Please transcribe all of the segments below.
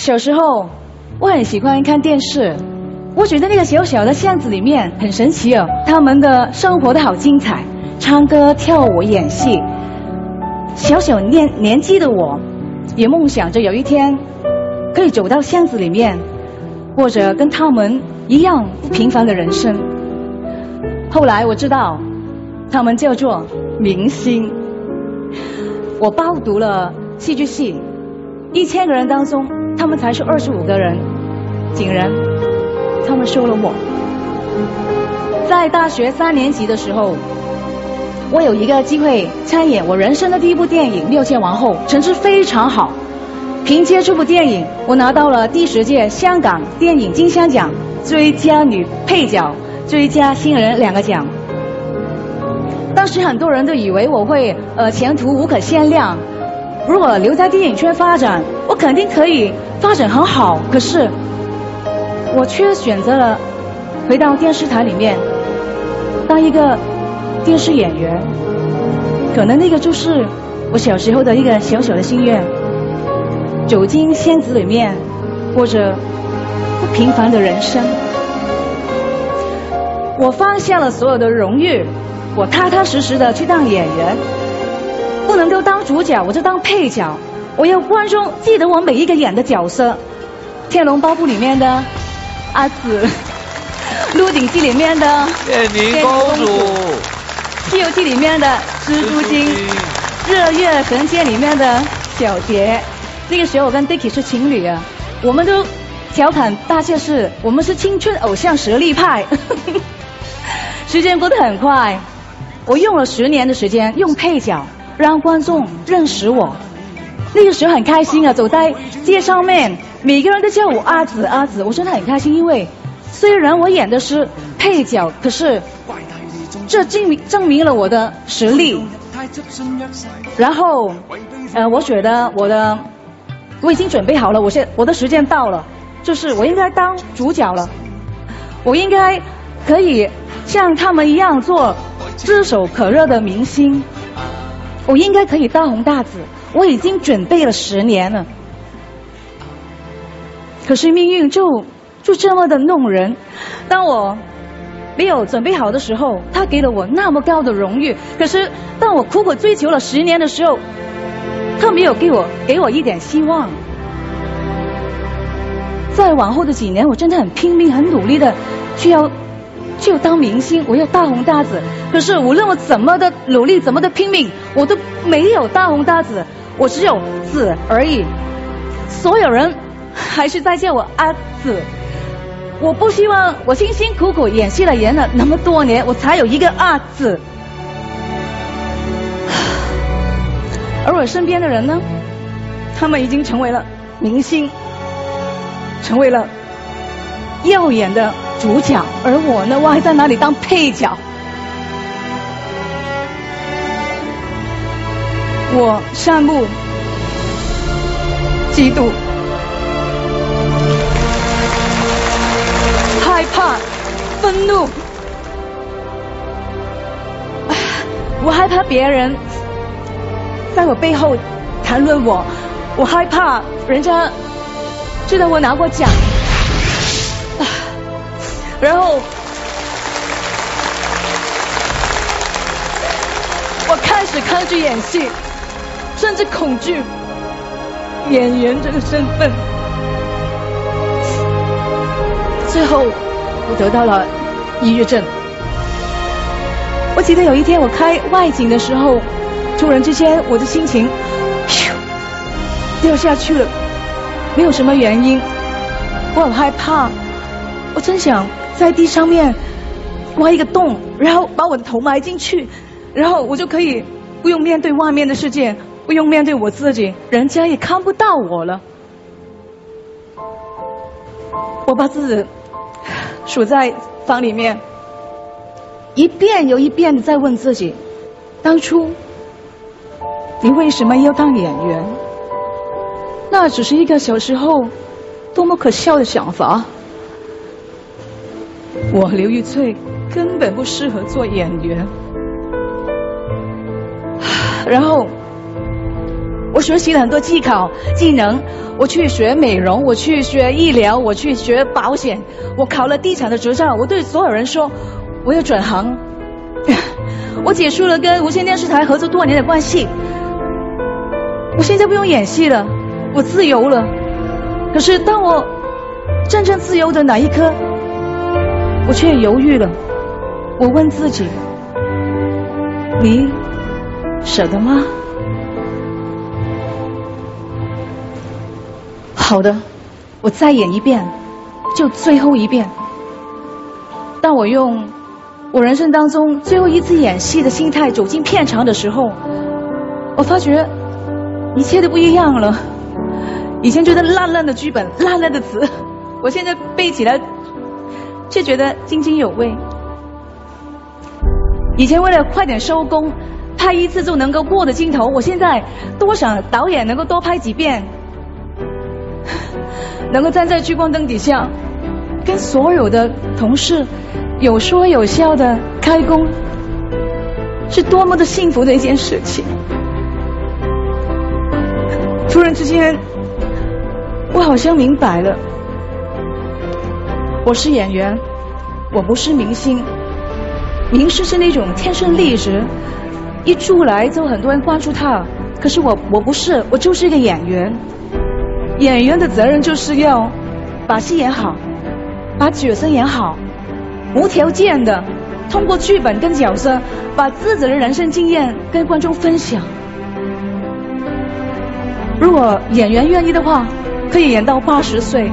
小时候我很喜欢看电视，我觉得那个小小的巷子里面很神奇哦，他们的生活的好精彩，唱歌、跳舞、演戏。小小年纪的我，也梦想着有一天可以走到巷子里面，过着跟他们一样平凡的人生。后来我知道，他们叫做明星。我报读了戏剧系，1000个人当中，他们才是25个人，竟然他们收了我。在大学3年级的时候，我有一个机会参演我人生的第一部电影《妙见王后》，成绩非常好。凭借这部电影，我拿到了第10届香港电影金像奖最佳女配角、最佳新人2个奖。当时很多人都以为我会前途无可限量，如果留在电影圈发展，我肯定可以发展很好。可是我却选择了回到电视台里面当一个电视演员。可能那个就是我小时候的一个小小的心愿，走进巷子里面，过着不平凡的人生。我放下了所有的荣誉，我踏踏实实的去当演员，不能够当主角，我就当配角。我要观众记得我每一个演的角色，《天龙八部》里面的阿紫，《鹿鼎记》里面的夜明公主，《 西游记》里面的蜘蛛精，《热月神剑》里面的小蝶。那个时候我跟 Dicky 是情侣啊，我们都调侃大家是我们是青春偶像实力派。时间过得很快，我用了10年的时间用配角让观众认识我。那个时候很开心啊，走在街上面，每个人都叫我阿紫阿紫，我真的很开心，因为虽然我演的是配角，可是这证明了我的实力。然后我觉得我已经准备好了，我的时间到了，就是我应该当主角了，我应该可以像他们一样做炙手可热的明星，我应该可以大红大紫，我已经准备了10年了。可是命运就这么的弄人，当我没有准备好的时候，他给了我那么高的荣誉，可是当我苦苦追求了10年的时候，他没有给我一点希望。在往后的几年，我真的很拼命很努力的就当明星，我要大红大紫。可是无论我怎么的努力，怎么的拼命，我都没有大红大紫，我只有紫而已。所有人还是在叫我阿紫。我不希望我辛辛苦苦演戏了演了那么多年，我才有一个阿紫。而我身边的人呢，他们已经成为了明星，成为了耀眼的主角，而我呢，我还在哪里当配角？我羡慕、嫉妒、害怕、愤怒，我害怕别人在我背后谈论我，我害怕人家知道我拿过奖。然后我开始抗拒演戏，甚至恐惧演员这个身份。最后我得到了抑郁症。我记得有一天我开外景的时候，突然之间我的心情掉下去了，没有什么原因，我很害怕，我真想在地上面挖一个洞，然后把我的头埋进去，然后我就可以不用面对外面的世界，不用面对我自己，人家也看不到我了。我把自己锁在房里面，一遍又一遍的在问自己，当初你为什么要当演员？那只是一个小时候多么可笑的想法。我刘玉翠根本不适合做演员。然后我学习了很多技巧、技能，我去学美容，我去学医疗，我去学保险，我考了地产的执照。我对所有人说，我要转行。我结束了跟无线电视台合作多年的关系，我现在不用演戏了，我自由了。可是当我真正自由的那一刻，我却犹豫了。我问自己，你舍得吗？好的，我再演一遍，就最后一遍。当我用我人生当中最后一次演戏的心态走进片场的时候，我发觉一切都不一样了。以前觉得烂烂的剧本、烂烂的词，我现在背起来却觉得津津有味。以前为了快点收工，拍一次就能够过的镜头，我现在多想导演能够多拍几遍，能够站在聚光灯底下，跟所有的同事有说有笑的开工，是多么的幸福的一件事情。突然之间，我好像明白了，我是演员，我不是明星。明星是那种天生丽质，一出来就很多人关注他。可是我不是，我就是一个演员。演员的责任就是要把戏演好，把角色演好，无条件的通过剧本跟角色，把自己的人生经验跟观众分享。如果演员愿意的话，可以演到80岁。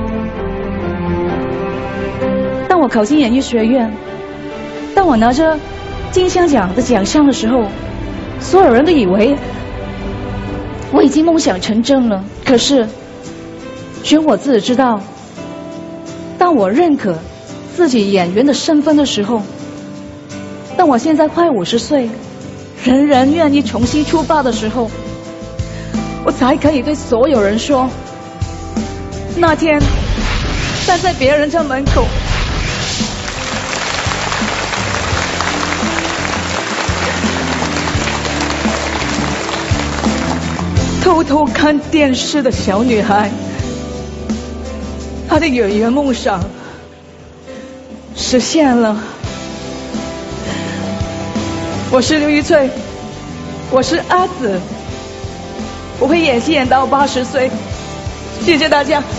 当我考进演艺学院，当我拿着金像奖的奖项的时候，所有人都以为我已经梦想成真了。可是只有我自己知道，当我认可自己演员的身份的时候，当我现在快50岁，人人愿意重新出发的时候，我才可以对所有人说，那天站在别人家门口，偷偷看电视的小女孩，她的演员梦想实现了。我是刘玉翠，我是阿紫，我会演戏演到80岁。谢谢大家。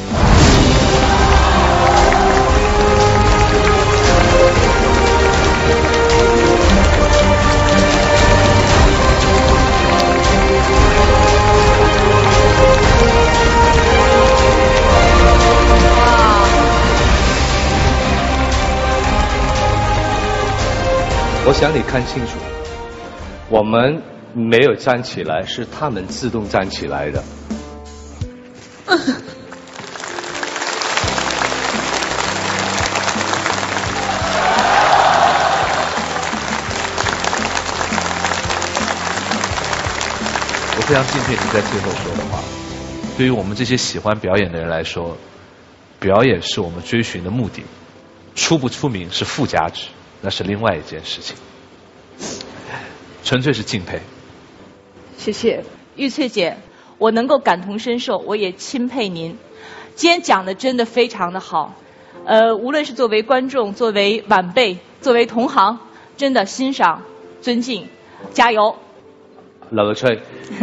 我想你看清楚，我们没有站起来，是他们自动站起来的。 我非常敬佩你在最后说的话。对于我们这些喜欢表演的人来说，表演是我们追寻的目的，出不出名是附加值，那是另外一件事情。纯粹是敬佩。 谢谢玉翠姐，我能够感同身受，我也钦佩您。今天讲的真的非常的好，无论是作为观众、作为晚辈、作为同行，真的欣赏、尊敬，加油！ 老翠，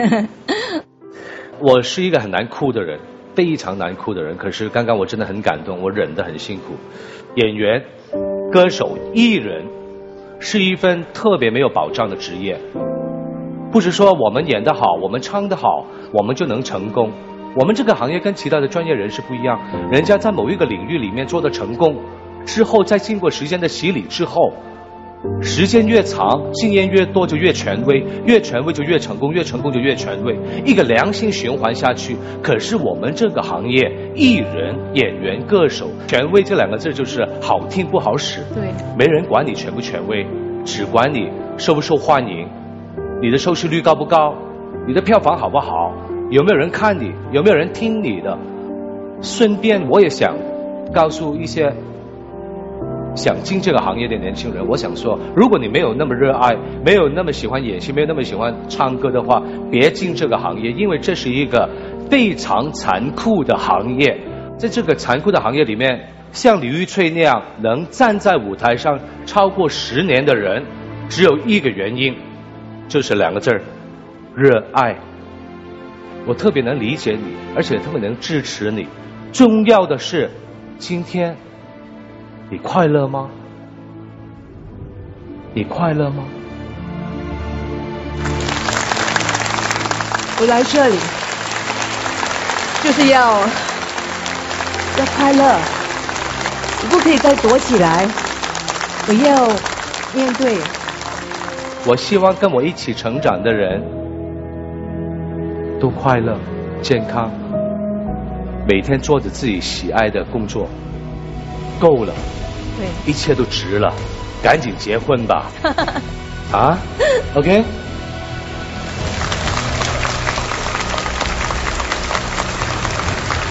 我是一个很难哭的人，非常难哭的人。可是刚刚我真的很感动，我忍得很辛苦。演员、歌手、艺人是一份特别没有保障的职业，不是说我们演得好，我们唱得好，我们就能成功。我们这个行业跟其他的专业人士不一样，人家在某一个领域里面做得成功之后，在经过时间的洗礼之后，时间越长，经验越多就越权威，越权威就越成功，越成功就越权威，一个良性循环下去。可是我们这个行业，艺人、演员、歌手，权威这两个字就是好听不好使。 对， 没人管你权不权威，只管你受不受欢迎，你的收视率高不高，你的票房好不好，有没有人看你，有没有人听你的。顺便我也想告诉一些想进这个行业的年轻人，我想说，如果你没有那么热爱，没有那么喜欢演戏，没有那么喜欢唱歌的话，别进这个行业，因为这是一个非常残酷的行业。在这个残酷的行业里面，像李玉翠那样能站在舞台上超过10年的人，只有一个原因，就是2个字儿：热爱。我特别能理解你，而且特别能支持你。重要的是，今天你快乐吗？你快乐吗？ 我来这里就是要快乐，我不可以再躲起来，我要面对。 我希望跟我一起成长的人都快乐、健康，每天做着自己喜爱的工作，够了， 对， 一切都值了，赶紧结婚吧。啊 ，OK。